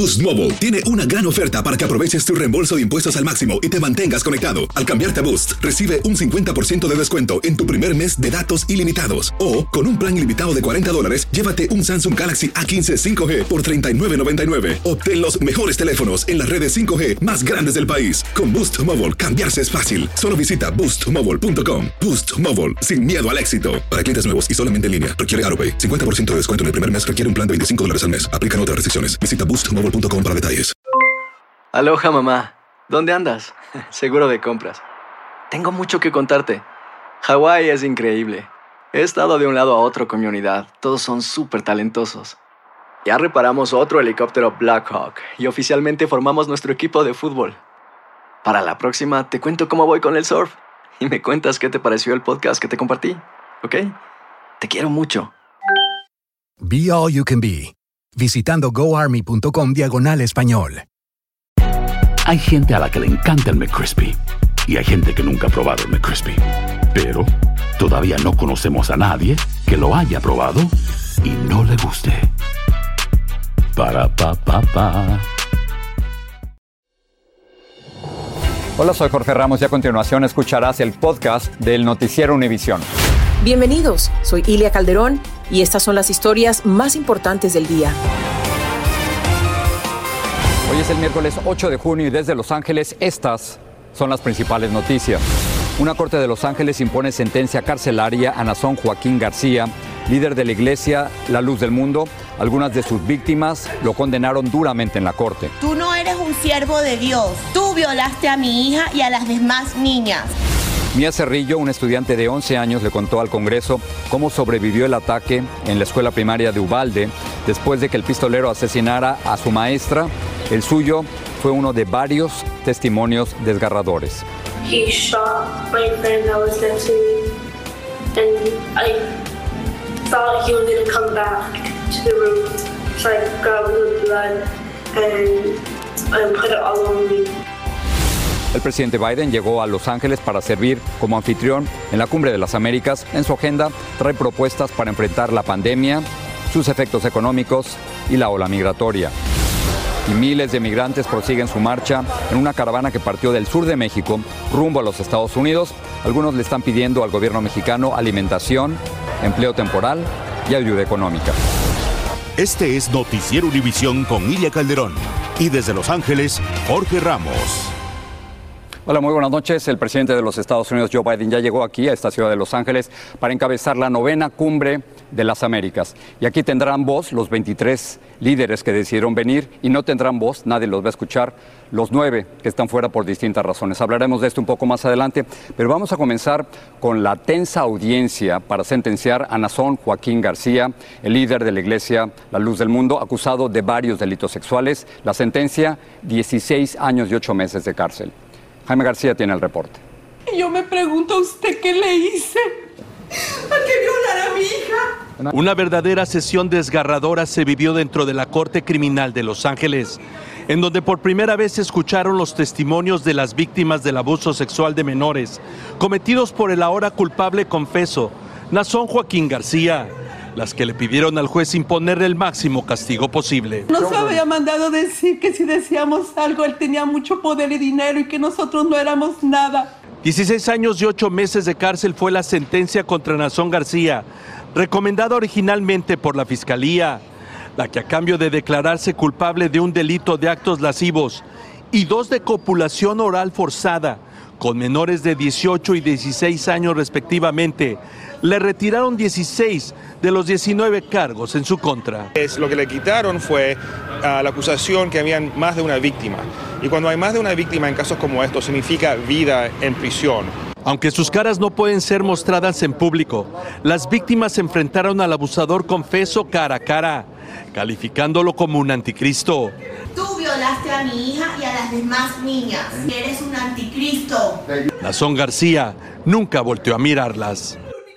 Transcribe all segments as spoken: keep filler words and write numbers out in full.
Boost Mobile tiene una gran oferta para que aproveches tu reembolso de impuestos al máximo y te mantengas conectado. Al cambiarte a Boost, recibe un cincuenta por ciento de descuento en tu primer mes de datos ilimitados. O, con un plan ilimitado de cuarenta dólares, llévate un Samsung Galaxy A quince cinco G por treinta y nueve noventa y nueve. Obtén los mejores teléfonos en las redes cinco G más grandes del país. Con Boost Mobile, cambiarse es fácil. Solo visita boost mobile punto com. Boost Mobile, sin miedo al éxito. Para clientes nuevos y solamente en línea, requiere AutoPay. cincuenta por ciento de descuento en el primer mes requiere un plan de veinticinco dólares al mes. Aplican otras restricciones. Visita boost mobile punto com para detalles. Aloha, mamá. ¿Dónde andas? Seguro de compras. Tengo mucho que contarte. Hawái es increíble. He estado de un lado a otro con mi unidad. Todos son súper talentosos. Ya reparamos otro helicóptero Blackhawk y oficialmente formamos nuestro equipo de fútbol. Para la próxima te cuento cómo voy con el surf y me cuentas qué te pareció el podcast que te compartí, ¿ok? Te quiero mucho. Be All You Can Be, visitando goarmy.com diagonal español. Hay gente a la que le encanta el McCrispy y hay gente que nunca ha probado el McCrispy. Pero todavía no conocemos a nadie que lo haya probado y no le guste. Para, pa, pa, pa. Hola, soy Jorge Ramos y a continuación escucharás el podcast del Noticiero Univisión. Bienvenidos, soy Ilia Calderón y estas son las historias más importantes del día. Hoy es el miércoles ocho de junio y desde Los Ángeles estas son las principales noticias. Una corte de Los Ángeles impone sentencia carcelaria a Nazón Joaquín García, líder de la iglesia La Luz del Mundo. Algunas de sus víctimas lo condenaron duramente en la corte. Tú no eres un siervo de Dios. Tú violaste a mi hija y a las demás niñas. Mía Cerrillo, un estudiante de once años, le contó al Congreso cómo sobrevivió el ataque en la escuela primaria de Uvalde después de que el pistolero asesinara a su maestra. El suyo fue uno de varios testimonios desgarradores. He shot my friend that was next to me, and I thought he was going to come back to the room, so I grabbed the blood and I put it all over me. El presidente Biden llegó a Los Ángeles para servir como anfitrión en la Cumbre de las Américas. En su agenda trae propuestas para enfrentar la pandemia, sus efectos económicos y la ola migratoria. Y miles de migrantes prosiguen su marcha en una caravana que partió del sur de México rumbo a los Estados Unidos. Algunos le están pidiendo al gobierno mexicano alimentación, empleo temporal y ayuda económica. Este es Noticiero Univisión con Ilia Calderón. Y desde Los Ángeles, Jorge Ramos. Hola, muy buenas noches. El presidente de los Estados Unidos, Joe Biden, ya llegó aquí a esta ciudad de Los Ángeles para encabezar la novena Cumbre de las Américas. Y aquí tendrán voz los veintitrés líderes que decidieron venir y no tendrán voz, nadie los va a escuchar, los nueve que están fuera por distintas razones. Hablaremos de esto un poco más adelante, pero vamos a comenzar con la tensa audiencia para sentenciar a Nazón Joaquín García, el líder de la iglesia La Luz del Mundo, acusado de varios delitos sexuales. La sentencia, dieciséis años y ocho meses de cárcel. Jaime García tiene el reporte. Yo me pregunto a usted qué le hice. ¿A qué violar a mi hija? Una verdadera sesión desgarradora se vivió dentro de la Corte Criminal de Los Ángeles, en donde por primera vez se escucharon los testimonios de las víctimas del abuso sexual de menores, cometidos por el ahora culpable confeso, Nazón Joaquín García, las que le pidieron al juez imponerle el máximo castigo posible. Nos había mandado decir que si decíamos algo, él tenía mucho poder y dinero y que nosotros no éramos nada. dieciséis años y ocho meses de cárcel fue la sentencia contra Nazón García, recomendada originalmente por la Fiscalía, la que a cambio de declararse culpable de un delito de actos lascivos y dos de copulación oral forzada con menores de dieciocho y dieciséis años respectivamente, le retiraron dieciséis de los diecinueve cargos en su contra. Es, lo que le quitaron fue uh, la acusación que habían más de una víctima. Y cuando hay más de una víctima en casos como estos, significa vida en prisión. Aunque sus caras no pueden ser mostradas en público, las víctimas se enfrentaron al abusador confeso cara a cara, calificándolo como un anticristo. Tú violaste a mi hija y a las demás niñas. Eres un anticristo. Nazón García nunca volteó a mirarlas.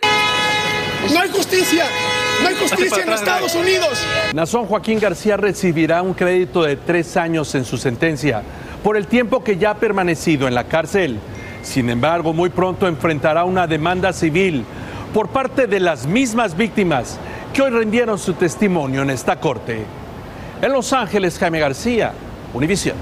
¡No hay justicia! ¡No hay justicia en Estados Unidos! Nazón Joaquín García recibirá un crédito de tres años en su sentencia por el tiempo que ya ha permanecido en la cárcel. Sin embargo, muy pronto enfrentará una demanda civil por parte de las mismas víctimas que hoy rindieron su testimonio en esta corte. En Los Ángeles, Jaime García, Univisión.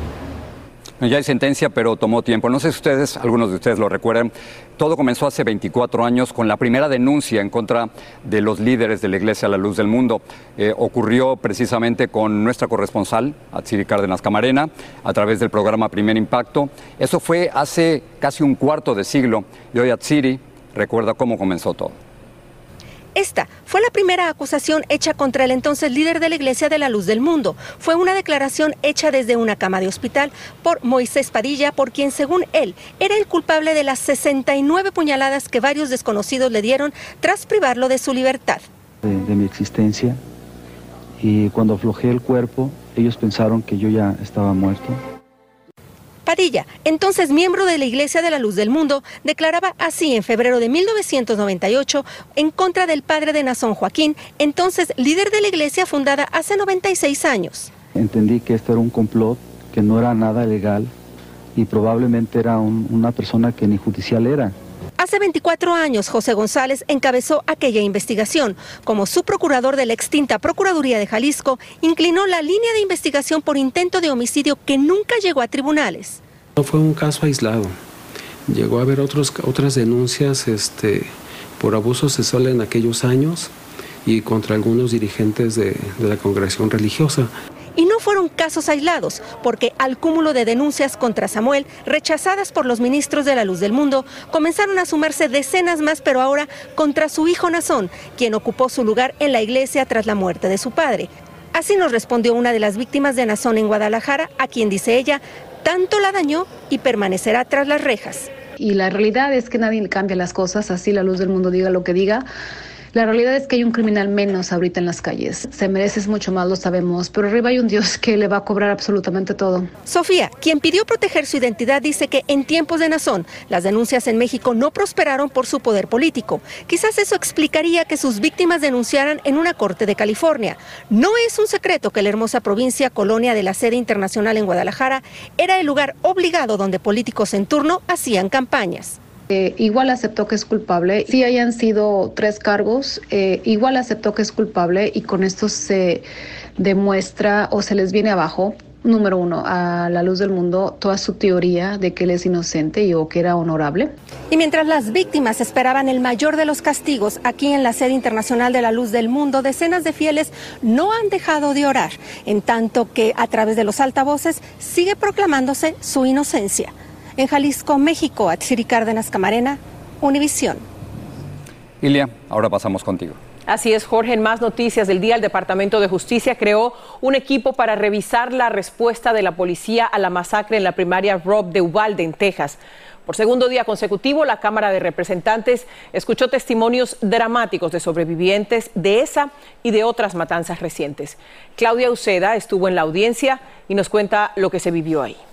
Ya hay sentencia, pero tomó tiempo. No sé si ustedes, algunos de ustedes lo recuerdan. Todo comenzó hace veinticuatro años con la primera denuncia en contra de los líderes de la Iglesia a la Luz del Mundo. Eh, ocurrió precisamente con nuestra corresponsal, Atsiri Cárdenas Camarena, a través del programa Primer Impacto. Eso fue hace casi un cuarto de siglo y hoy Atsiri recuerda cómo comenzó todo. Esta fue la primera acusación hecha contra el entonces líder de la Iglesia de la Luz del Mundo. Fue una declaración hecha desde una cama de hospital por Moisés Padilla, por quien, según él, era el culpable de las sesenta y nueve puñaladas que varios desconocidos le dieron tras privarlo de su libertad. De, de mi existencia, y cuando aflojé el cuerpo, ellos pensaron que yo ya estaba muerto. Padilla, entonces miembro de la Iglesia de la Luz del Mundo, declaraba así en febrero de mil novecientos noventa y ocho en contra del padre de Nazón Joaquín, entonces líder de la Iglesia fundada hace noventa y seis años. Entendí que esto era un complot, que no era nada legal y probablemente era un, una persona que ni judicial era. Hace veinticuatro años, José González encabezó aquella investigación. Como subprocurador de la extinta Procuraduría de Jalisco, inclinó la línea de investigación por intento de homicidio que nunca llegó a tribunales. No fue un caso aislado. Llegó a haber otros, otras denuncias este, por abuso sexual en aquellos años y contra algunos dirigentes de, de la congregación religiosa. Y no fueron casos aislados, porque al cúmulo de denuncias contra Samuel, rechazadas por los ministros de la Luz del Mundo, comenzaron a sumarse decenas más, pero ahora contra su hijo Nazón, quien ocupó su lugar en la iglesia tras la muerte de su padre. Así nos respondió una de las víctimas de Nazón en Guadalajara, a quien, dice ella, tanto la dañó y permanecerá tras las rejas. Y la realidad es que nadie cambia las cosas, así la Luz del Mundo diga lo que diga. La realidad es que hay un criminal menos ahorita en las calles. Se merece mucho más, lo sabemos, pero arriba hay un Dios que le va a cobrar absolutamente todo. Sofía, quien pidió proteger su identidad, dice que en tiempos de Nazón, las denuncias en México no prosperaron por su poder político. Quizás eso explicaría que sus víctimas denunciaran en una corte de California. No es un secreto que la hermosa provincia, colonia de la sede internacional en Guadalajara, era el lugar obligado donde políticos en turno hacían campañas. Eh, igual aceptó que es culpable. Si hayan sido tres cargos, eh, igual aceptó que es culpable y con esto se demuestra o se les viene abajo, número uno, a la Luz del Mundo, toda su teoría de que él es inocente y o que era honorable. Y mientras las víctimas esperaban el mayor de los castigos, aquí en la sede internacional de la Luz del Mundo, decenas de fieles no han dejado de orar, en tanto que a través de los altavoces sigue proclamándose su inocencia. En Jalisco, México, Atsiri Cárdenas Camarena, Univisión. Ilia, ahora pasamos contigo. Así es, Jorge. En más noticias del día, el Departamento de Justicia creó un equipo para revisar la respuesta de la policía a la masacre en la primaria Robb de Uvalde, en Texas. Por segundo día consecutivo, la Cámara de Representantes escuchó testimonios dramáticos de sobrevivientes de esa y de otras matanzas recientes. Claudia Uceda estuvo en la audiencia y nos cuenta lo que se vivió ahí.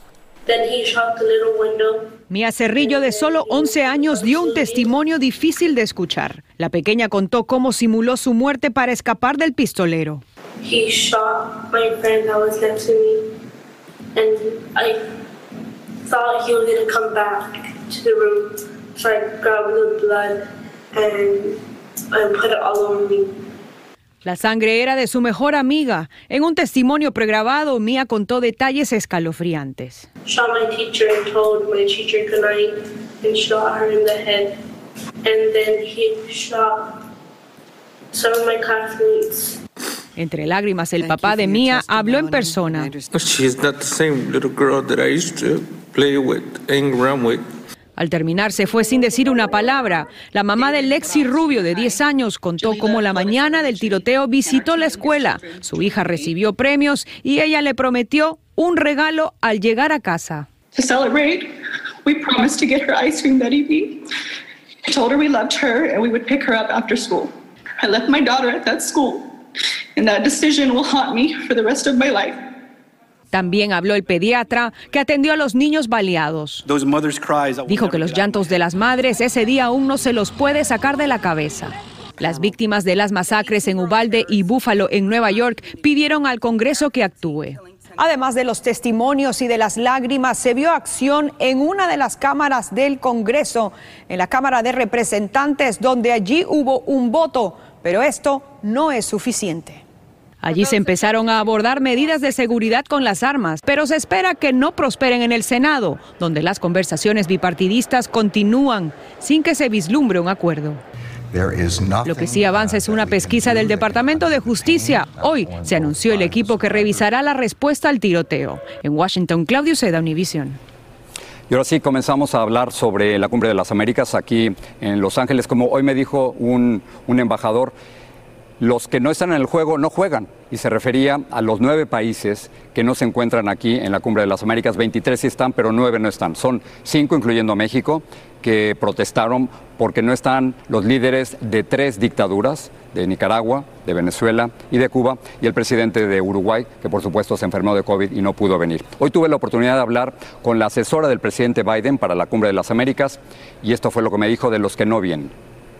Mia Cerrillo, de solo once años, dio un testimonio difícil de escuchar. La pequeña contó cómo simuló su muerte para escapar del pistolero. He shot my friend that was next to me, and I thought he was going to come back to the room, so I grabbed the blood and I put it all over me. La sangre era de su mejor amiga. En un testimonio pregrabado, Mia contó detalles escalofriantes. Shot my teacher and told my teacher goodnight and shot her in the head. And then he shot some of my classmates. Entre lágrimas, el papá de Mia habló en persona. She's not the same little girl that I used to play with, hang around with. Al terminar, se fue sin decir una palabra. La mamá de Lexi Rubio, de diez años, contó cómo la mañana del tiroteo visitó la escuela. Su hija recibió premios y ella le prometió un regalo al llegar a casa. To celebrate, we promised to get her ice cream that evening. I told her we loved her and we would pick her up after school. I left my daughter at that school, and that decision will haunt me for the rest of my life. También habló el pediatra que atendió a los niños baleados. Dijo que los llantos de las madres ese día aún no se los puede sacar de la cabeza. Las víctimas de las masacres en Uvalde y Buffalo, en Nueva York, pidieron al Congreso que actúe. Además de los testimonios y de las lágrimas, se vio acción en una de las cámaras del Congreso, en la Cámara de Representantes, donde allí hubo un voto, pero esto no es suficiente. Allí se empezaron a abordar medidas de seguridad con las armas, pero se espera que no prosperen en el Senado, donde las conversaciones bipartidistas continúan sin que se vislumbre un acuerdo. Lo que sí avanza es una pesquisa del Departamento de Justicia. Hoy se anunció el equipo que revisará la respuesta al tiroteo. En Washington, Claudio Seda, Univision. Y ahora sí, comenzamos a hablar sobre la Cumbre de las Américas aquí en Los Ángeles. Como hoy me dijo un, un embajador, los que no están en el juego no juegan, y se refería a los nueve países que no se encuentran aquí en la Cumbre de las Américas. veintitrés sí están, pero nueve no están. Son cinco, incluyendo México, que protestaron porque no están los líderes de tres dictaduras, de Nicaragua, de Venezuela y de Cuba, y el presidente de Uruguay, que por supuesto se enfermó de COVID y no pudo venir. Hoy tuve la oportunidad de hablar con la asesora del presidente Biden para la Cumbre de las Américas, y esto fue lo que me dijo de los que no vienen.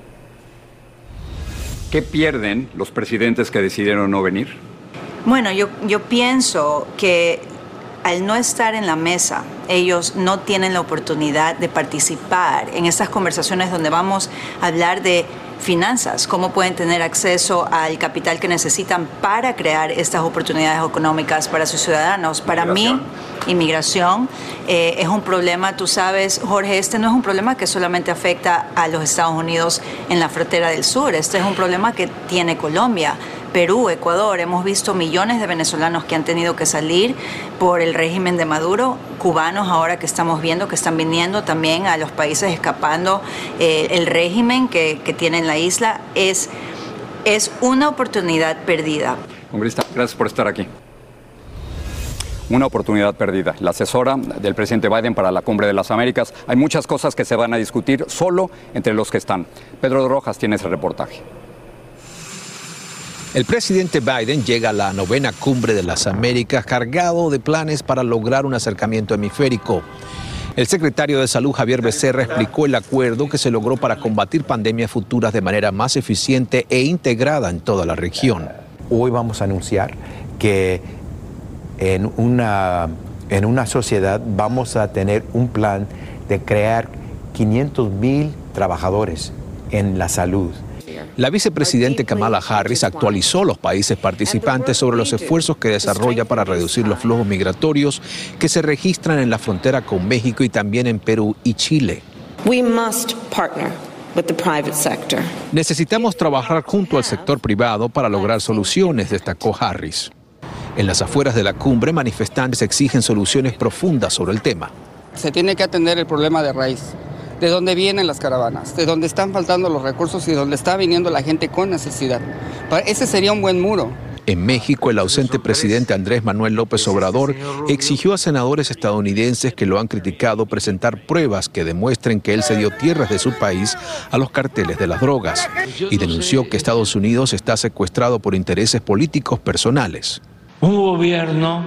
¿Qué pierden los presidentes que decidieron no venir? Bueno, yo, yo pienso que al no estar en la mesa, ellos no tienen la oportunidad de participar en estas conversaciones donde vamos a hablar de finanzas, cómo pueden tener acceso al capital que necesitan para crear estas oportunidades económicas para sus ciudadanos. Para mí, inmigración eh, es un problema, tú sabes, Jorge, este no es un problema que solamente afecta a los Estados Unidos en la frontera del sur, este es un problema que tiene Colombia, Perú, Ecuador. Hemos visto millones de venezolanos que han tenido que salir por el régimen de Maduro, cubanos ahora que estamos viendo que están viniendo también a los países escapando eh, el régimen que, que tiene en la isla. Es, es una oportunidad perdida. Congresista, gracias por estar aquí. Una oportunidad perdida. La asesora del presidente Biden para la Cumbre de las Américas. Hay muchas cosas que se van a discutir solo entre los que están. Pedro Rojas tiene ese reportaje. El presidente Biden llega a la novena Cumbre de las Américas cargado de planes para lograr un acercamiento hemisférico. El secretario de Salud, Javier Becerra, explicó el acuerdo que se logró para combatir pandemias futuras de manera más eficiente e integrada en toda la región. Hoy vamos a anunciar que en una, en una sociedad vamos a tener un plan de crear quinientos mil trabajadores en la salud. La vicepresidenta Kamala Harris actualizó los países participantes sobre los esfuerzos que desarrolla para reducir los flujos migratorios que se registran en la frontera con México y también en Perú y Chile. We must partner with the private sector. Necesitamos trabajar junto al sector privado para lograr soluciones, destacó Harris. En las afueras de la cumbre, manifestantes exigen soluciones profundas sobre el tema. Se tiene que atender el problema de raíz. De dónde vienen las caravanas, de dónde están faltando los recursos y dónde está viniendo la gente con necesidad. Ese sería un buen muro. En México, el ausente presidente Andrés Manuel López Obrador exigió a senadores estadounidenses que lo han criticado presentar pruebas que demuestren que él cedió tierras de su país a los carteles de las drogas y denunció que Estados Unidos está secuestrado por intereses políticos personales. Un gobierno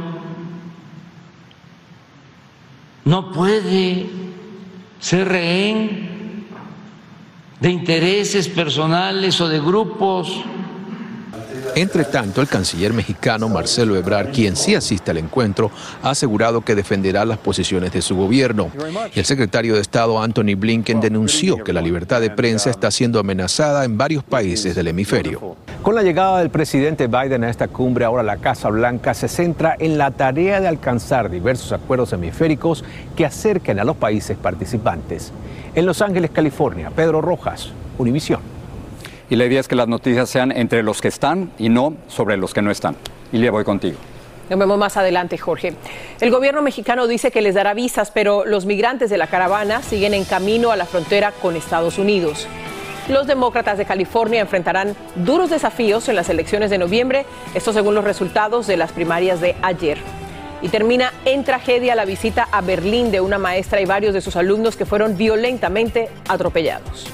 no puede ser rehén de intereses personales o de grupos. Entre tanto, el canciller mexicano Marcelo Ebrard, quien sí asiste al encuentro, ha asegurado que defenderá las posiciones de su gobierno. Y el secretario de Estado Antony Blinken denunció que la libertad de prensa está siendo amenazada en varios países del hemisferio. Con la llegada del presidente Biden a esta cumbre, ahora la Casa Blanca se centra en la tarea de alcanzar diversos acuerdos hemisféricos que acerquen a los países participantes. En Los Ángeles, California, Pedro Rojas, Univisión. Y la idea es que las noticias sean entre los que están y no sobre los que no están. Ilia, voy contigo. Nos vemos más adelante, Jorge. El gobierno mexicano dice que les dará visas, pero los migrantes de la caravana siguen en camino a la frontera con Estados Unidos. Los demócratas de California enfrentarán duros desafíos en las elecciones de noviembre, esto según los resultados de las primarias de ayer. Y termina en tragedia la visita a Berlín de una maestra y varios de sus alumnos que fueron violentamente atropellados.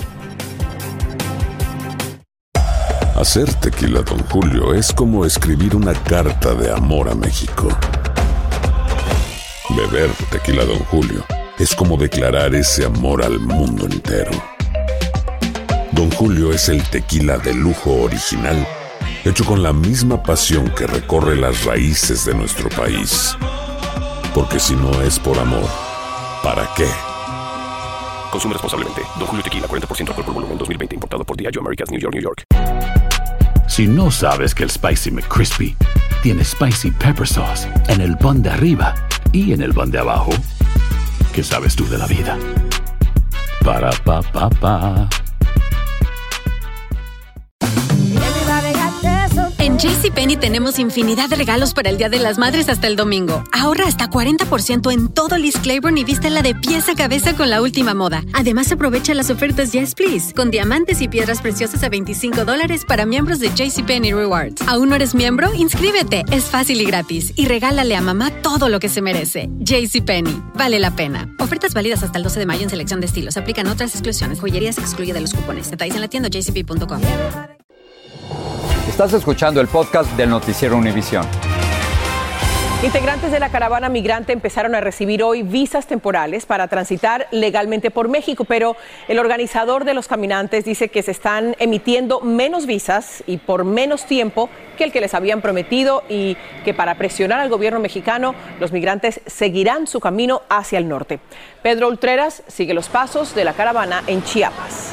Hacer tequila Don Julio es como escribir una carta de amor a México. Beber tequila Don Julio es como declarar ese amor al mundo entero. Don Julio es el tequila de lujo original, hecho con la misma pasión que recorre las raíces de nuestro país. Porque si no es por amor, ¿para qué? Consume responsablemente. Don Julio Tequila, cuarenta por ciento alcohol por volumen, dos mil veinte, importado por Diageo Americas, New York, New York. Si no sabes que el Spicy McCrispy tiene Spicy Pepper Sauce en el pan de arriba y en el pan de abajo, ¿qué sabes tú de la vida? Para, pa, pa, pa. En JCPenney tenemos infinidad de regalos para el Día de las Madres hasta el domingo. Ahorra hasta cuarenta por ciento en todo Liz Claiborne y vístela de pies a cabeza con la última moda. Además, aprovecha las ofertas Yes Please, con diamantes y piedras preciosas a veinticinco dólares para miembros de JCPenney Rewards. ¿Aún no eres miembro? Inscríbete. Es fácil y gratis. Y regálale a mamá todo lo que se merece. JCPenney. Vale la pena. Ofertas válidas hasta el doce de mayo en selección de estilos. Aplican otras exclusiones. Joyería se excluye de los cupones. Detalles en la tienda j c p punto com. Estás escuchando el podcast del Noticiero Univisión. Integrantes de la caravana migrante empezaron a recibir hoy visas temporales para transitar legalmente por México, pero el organizador de los caminantes dice que se están emitiendo menos visas y por menos tiempo que el que les habían prometido y que para presionar al gobierno mexicano, los migrantes seguirán su camino hacia el norte. Pedro Ultreras sigue los pasos de la caravana en Chiapas.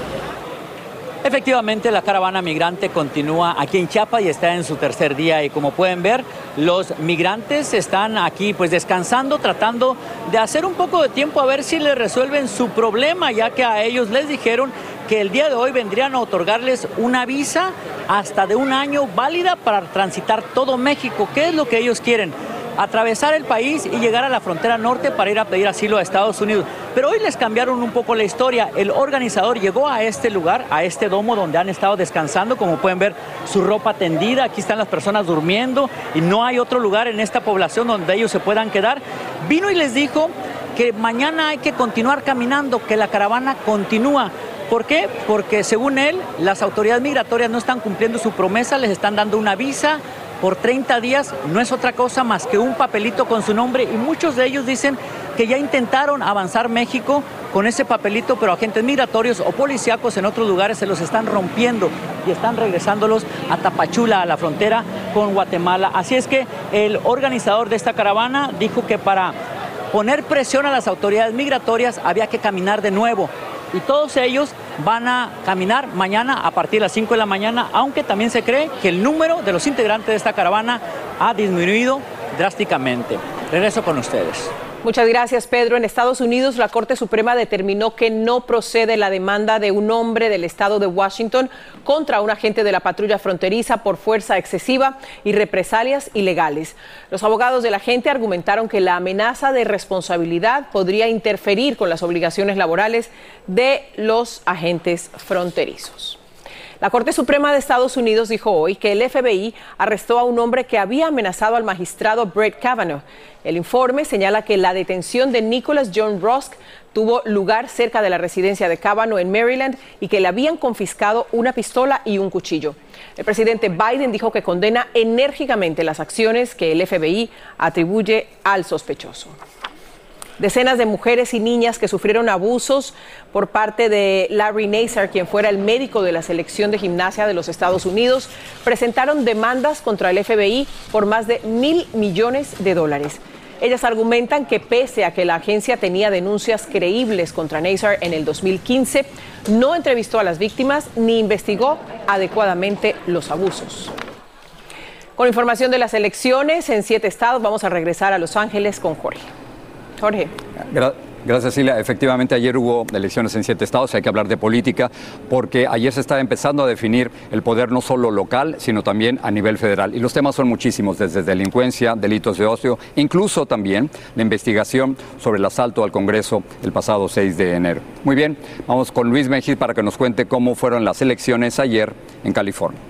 Efectivamente, la caravana migrante continúa aquí en Chiapas y está en su tercer día y como pueden ver, los migrantes están aquí pues descansando, tratando de hacer un poco de tiempo a ver si les resuelven su problema, ya que a ellos les dijeron que el día de hoy vendrían a otorgarles una visa hasta de un año válida para transitar todo México. ¿Qué es lo que ellos quieren? Atravesar el país y llegar a la frontera norte para ir a pedir asilo a Estados Unidos. Pero hoy les cambiaron un poco la historia. El organizador llegó a este lugar, a este domo donde han estado descansando. Como pueden ver, su ropa tendida. Aquí están las personas durmiendo y no hay otro lugar en esta población donde ellos se puedan quedar. Vino y les dijo que mañana hay que continuar caminando, que la caravana continúa. ¿Por qué? Porque según él, las autoridades migratorias no están cumpliendo su promesa, les están dando una visa por treinta días, no es otra cosa más que un papelito con su nombre y muchos de ellos dicen que ya intentaron avanzar México con ese papelito, pero agentes migratorios o policíacos en otros lugares se los están rompiendo y están regresándolos a Tapachula, a la frontera con Guatemala. Así es que el organizador de esta caravana dijo que para poner presión a las autoridades migratorias había que caminar de nuevo. Y todos ellos van a caminar mañana a partir de las cinco de la mañana, aunque también se cree que el número de los integrantes de esta caravana ha disminuido drásticamente. Regreso con ustedes. Muchas gracias, Pedro. En Estados Unidos, la Corte Suprema determinó que no procede la demanda de un hombre del estado de Washington contra un agente de la patrulla fronteriza por fuerza excesiva y represalias ilegales. Los abogados del agente argumentaron que la amenaza de responsabilidad podría interferir con las obligaciones laborales de los agentes fronterizos. La Corte Suprema de Estados Unidos dijo hoy que el F B I arrestó a un hombre que había amenazado al magistrado Brett Kavanaugh. El informe señala que la detención de Nicholas John Rusk tuvo lugar cerca de la residencia de Kavanaugh en Maryland y que le habían confiscado una pistola y un cuchillo. El presidente Biden dijo que condena enérgicamente las acciones que el F B I atribuye al sospechoso. Decenas de mujeres y niñas que sufrieron abusos por parte de Larry Nassar, quien fuera el médico de la selección de gimnasia de los Estados Unidos, presentaron demandas contra el F B I por más de mil millones de dólares. Ellas argumentan que pese a que la agencia tenía denuncias creíbles contra Nassar en el dos mil quince, no entrevistó a las víctimas ni investigó adecuadamente los abusos. Con información de las elecciones en siete estados, vamos a regresar a Los Ángeles con Jorge. Jorge. Gra- Gracias, Cilia. Efectivamente, ayer hubo elecciones en siete estados. Hay que hablar de política porque ayer se está empezando a definir el poder no solo local, sino también a nivel federal. Y los temas son muchísimos, desde delincuencia, delitos de ocio, incluso también la investigación sobre el asalto al Congreso el pasado seis de enero. Muy bien, vamos con Luis Mejid para que nos cuente cómo fueron las elecciones ayer en California.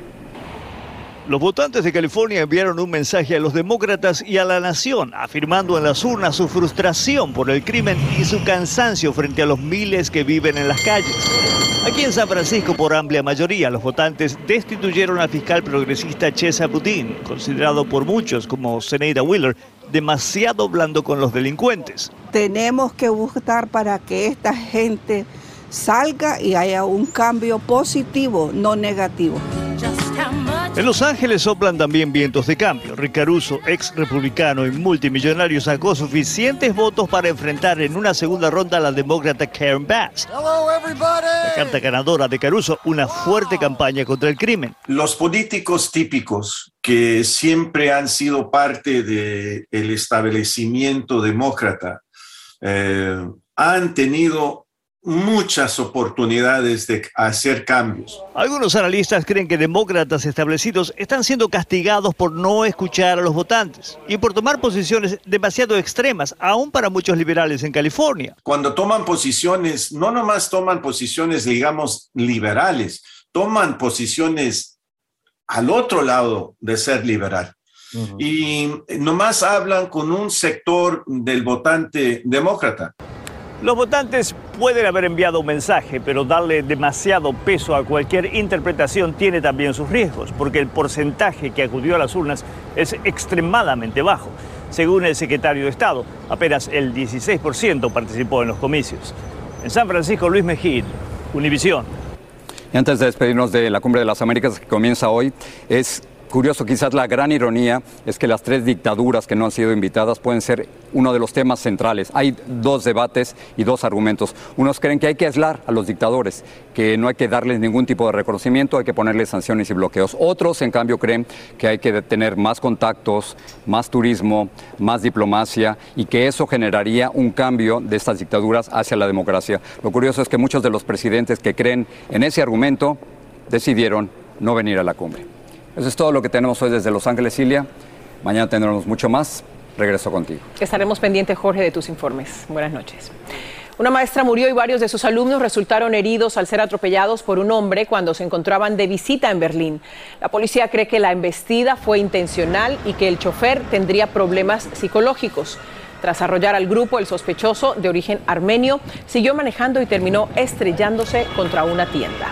Los votantes de California enviaron un mensaje a los demócratas y a la nación, afirmando en las urnas su frustración por el crimen y su cansancio frente a los miles que viven en las calles. Aquí en San Francisco, por amplia mayoría, los votantes destituyeron al fiscal progresista Chesa Boudin, considerado por muchos como Zenaida Wheeler demasiado blando con los delincuentes. Tenemos que buscar para que esta gente salga y haya un cambio positivo, no negativo. En Los Ángeles soplan también vientos de cambio. Rick Caruso, ex republicano y multimillonario, sacó suficientes votos para enfrentar en una segunda ronda a la demócrata Karen Bass. La carta ganadora de Caruso, una fuerte campaña contra el crimen. Los políticos típicos que siempre han sido parte del establecimiento demócrata eh, han tenido muchas oportunidades de hacer cambios. Algunos analistas creen que demócratas establecidos están siendo castigados por no escuchar a los votantes y por tomar posiciones demasiado extremas, aún para muchos liberales en California. Cuando toman posiciones, no nomás toman posiciones, digamos, liberales, toman posiciones al otro lado de ser liberal. Uh-huh. Y nomás hablan con un sector del votante demócrata. Los votantes pueden haber enviado un mensaje, pero darle demasiado peso a cualquier interpretación tiene también sus riesgos, porque el porcentaje que acudió a las urnas es extremadamente bajo. Según el secretario de Estado, apenas el dieciséis por ciento participó en los comicios. En San Francisco, Luis Mejía, Univisión. Y antes de despedirnos de la Cumbre de las Américas que comienza hoy, es curioso, quizás la gran ironía es que las tres dictaduras que no han sido invitadas pueden ser uno de los temas centrales. Hay dos debates y dos argumentos. Unos creen que hay que aislar a los dictadores, que no hay que darles ningún tipo de reconocimiento, hay que ponerles sanciones y bloqueos. Otros, en cambio, creen que hay que tener más contactos, más turismo, más diplomacia y que eso generaría un cambio de estas dictaduras hacia la democracia. Lo curioso es que muchos de los presidentes que creen en ese argumento decidieron no venir a la cumbre. Eso es todo lo que tenemos hoy desde Los Ángeles, Cilia. Mañana tendremos mucho más. Regreso contigo. Estaremos pendientes, Jorge, de tus informes. Buenas noches. Una maestra murió y varios de sus alumnos resultaron heridos al ser atropellados por un hombre cuando se encontraban de visita en Berlín. La policía cree que la embestida fue intencional y que el chofer tendría problemas psicológicos. Tras arrollar al grupo, el sospechoso, de origen armenio, siguió manejando y terminó estrellándose contra una tienda.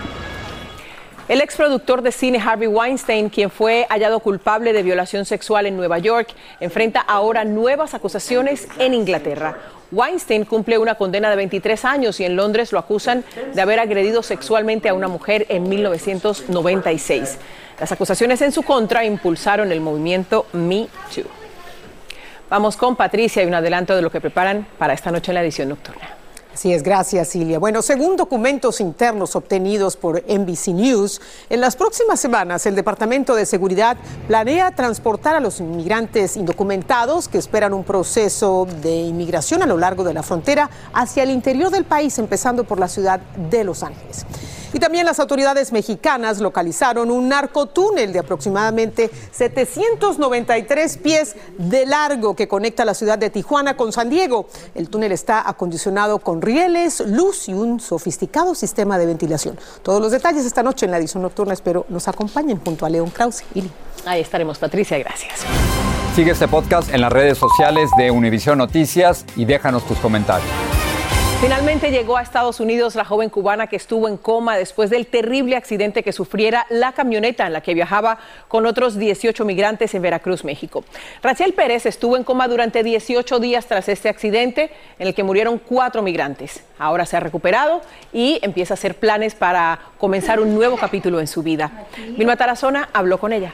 El exproductor de cine Harvey Weinstein, quien fue hallado culpable de violación sexual en Nueva York, enfrenta ahora nuevas acusaciones en Inglaterra. Weinstein cumple una condena de veintitrés años y en Londres lo acusan de haber agredido sexualmente a una mujer en mil novecientos noventa y seis. Las acusaciones en su contra impulsaron el movimiento Me Too. Vamos con Patricia y un adelanto de lo que preparan para esta noche en la edición nocturna. Así es, gracias, Cilia. Bueno, según documentos internos obtenidos por N B C News, en las próximas semanas el Departamento de Seguridad planea transportar a los inmigrantes indocumentados que esperan un proceso de inmigración a lo largo de la frontera hacia el interior del país, empezando por la ciudad de Los Ángeles. Y también las autoridades mexicanas localizaron un narcotúnel de aproximadamente setecientos noventa y tres pies de largo que conecta la ciudad de Tijuana con San Diego. El túnel está acondicionado con rieles, luz y un sofisticado sistema de ventilación. Todos los detalles esta noche en la edición nocturna. Espero nos acompañen junto a León Krause. Ili. Ahí estaremos, Patricia. Gracias. Sigue este podcast en las redes sociales de Univisión Noticias y déjanos tus comentarios. Finalmente llegó a Estados Unidos la joven cubana que estuvo en coma después del terrible accidente que sufriera la camioneta en la que viajaba con otros dieciocho migrantes en Veracruz, México. Rachel Pérez estuvo en coma durante dieciocho días tras este accidente en el que murieron cuatro migrantes. Ahora se ha recuperado y empieza a hacer planes para comenzar un nuevo capítulo en su vida. Vilma Tarazona habló con ella.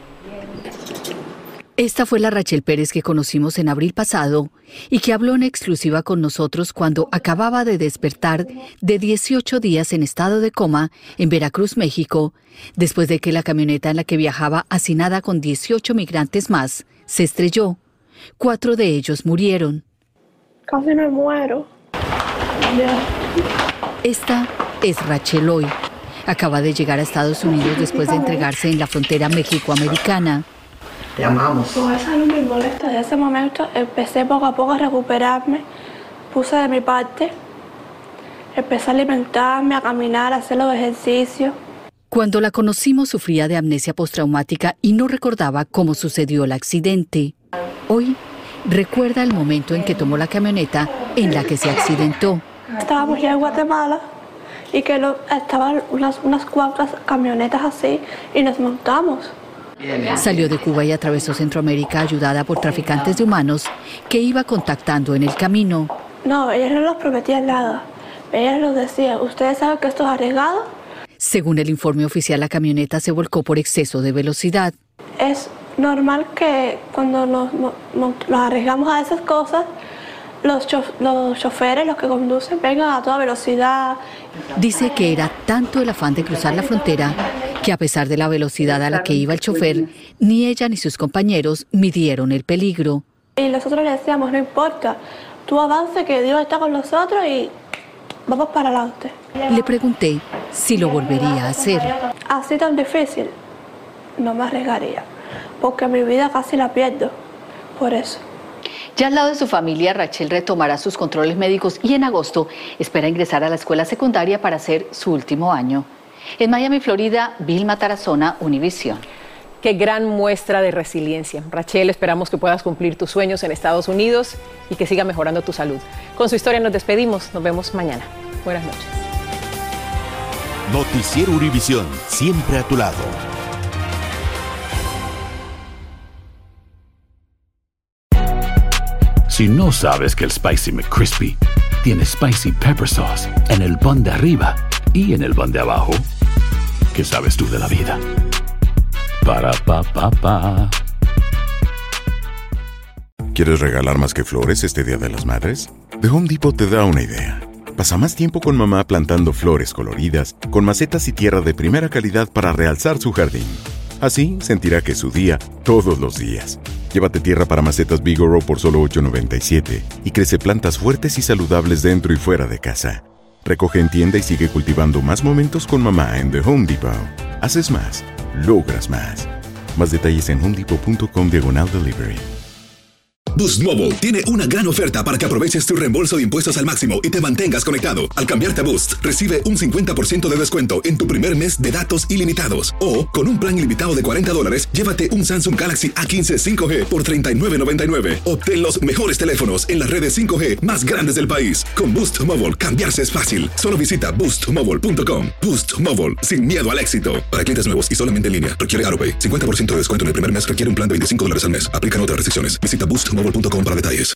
Esta fue la Rachel Pérez que conocimos en abril pasado y que habló en exclusiva con nosotros cuando acababa de despertar de dieciocho días en estado de coma en Veracruz, México, después de que la camioneta en la que viajaba hacinada con dieciocho migrantes más se estrelló. Cuatro de ellos murieron. Casi me muero. Yeah. Esta es Rachel hoy. Acaba de llegar a Estados Unidos después de entregarse en la frontera mexicoamericana. Te amamos. Por esa no me molesta. Desde ese momento empecé poco a poco a recuperarme. Puse de mi parte. Empecé a alimentarme, a caminar, a hacer los ejercicios. Cuando la conocimos sufría de amnesia postraumática y no recordaba cómo sucedió el accidente. Hoy recuerda el momento en que tomó la camioneta en la que se accidentó. Estábamos ya en Guatemala y que lo, estaban unas, unas cuantas camionetas así y nos montamos. Salió de Cuba y atravesó Centroamérica ayudada por traficantes de humanos que iba contactando en el camino. No, ella no nos prometía nada. Ella nos decía, ¿ustedes saben que esto es arriesgado? Según el informe oficial, la camioneta se volcó por exceso de velocidad. Es normal que cuando nos, nos, nos arriesgamos a esas cosas, los, chof los choferes, los que conducen, vengan a toda velocidad. Dice que era tanto el afán de cruzar la frontera que a pesar de la velocidad a la que iba el chofer, ni ella ni sus compañeros midieron el peligro. Y nosotros le decíamos, no importa, tú avanza, que Dios está con nosotros y vamos para adelante. Le pregunté si lo volvería a hacer. Así tan difícil, no me arriesgaría, porque mi vida casi la pierdo, por eso. Ya al lado de su familia, Rachel retomará sus controles médicos y en agosto espera ingresar a la escuela secundaria para hacer su último año. En Miami, Florida, Vilma Tarazona, Univisión. Qué gran muestra de resiliencia. Rachel, esperamos que puedas cumplir tus sueños en Estados Unidos y que siga mejorando tu salud. Con su historia nos despedimos. Nos vemos mañana. Buenas noches. Noticiero Univisión, siempre a tu lado. Si no sabes que el Spicy McCrispy tiene Spicy Pepper Sauce en el pan de arriba y en el pan de abajo, ¿qué sabes tú de la vida? Para, pa, pa, pa. ¿Quieres regalar más que flores este Día de las Madres? The Home Depot te da una idea. Pasa más tiempo con mamá plantando flores coloridas, con macetas y tierra de primera calidad para realzar su jardín. Así sentirá que es su día todos los días. Llévate tierra para macetas Vigoro por solo ocho noventa y siete y crece plantas fuertes y saludables dentro y fuera de casa. Recoge en tienda y sigue cultivando más momentos con mamá en The Home Depot. Haces más, logras más. Más detalles en homedepot.com diagonal delivery. Boost Mobile tiene una gran oferta para que aproveches tu reembolso de impuestos al máximo y te mantengas conectado. Al cambiarte a Boost, recibe un cincuenta por ciento de descuento en tu primer mes de datos ilimitados. O, con un plan ilimitado de cuarenta dólares, llévate un Samsung Galaxy A quince cinco G por treinta y nueve noventa y nueve. Obtén los mejores teléfonos en las redes cinco G más grandes del país. Con Boost Mobile, cambiarse es fácil. Solo visita boost mobile punto com. Boost Mobile, sin miedo al éxito. Para clientes nuevos y solamente en línea, requiere AutoPay. cincuenta por ciento de descuento en el primer mes requiere un plan de veinticinco dólares al mes. Aplican otras restricciones. Visita boost mobile punto com para detalles.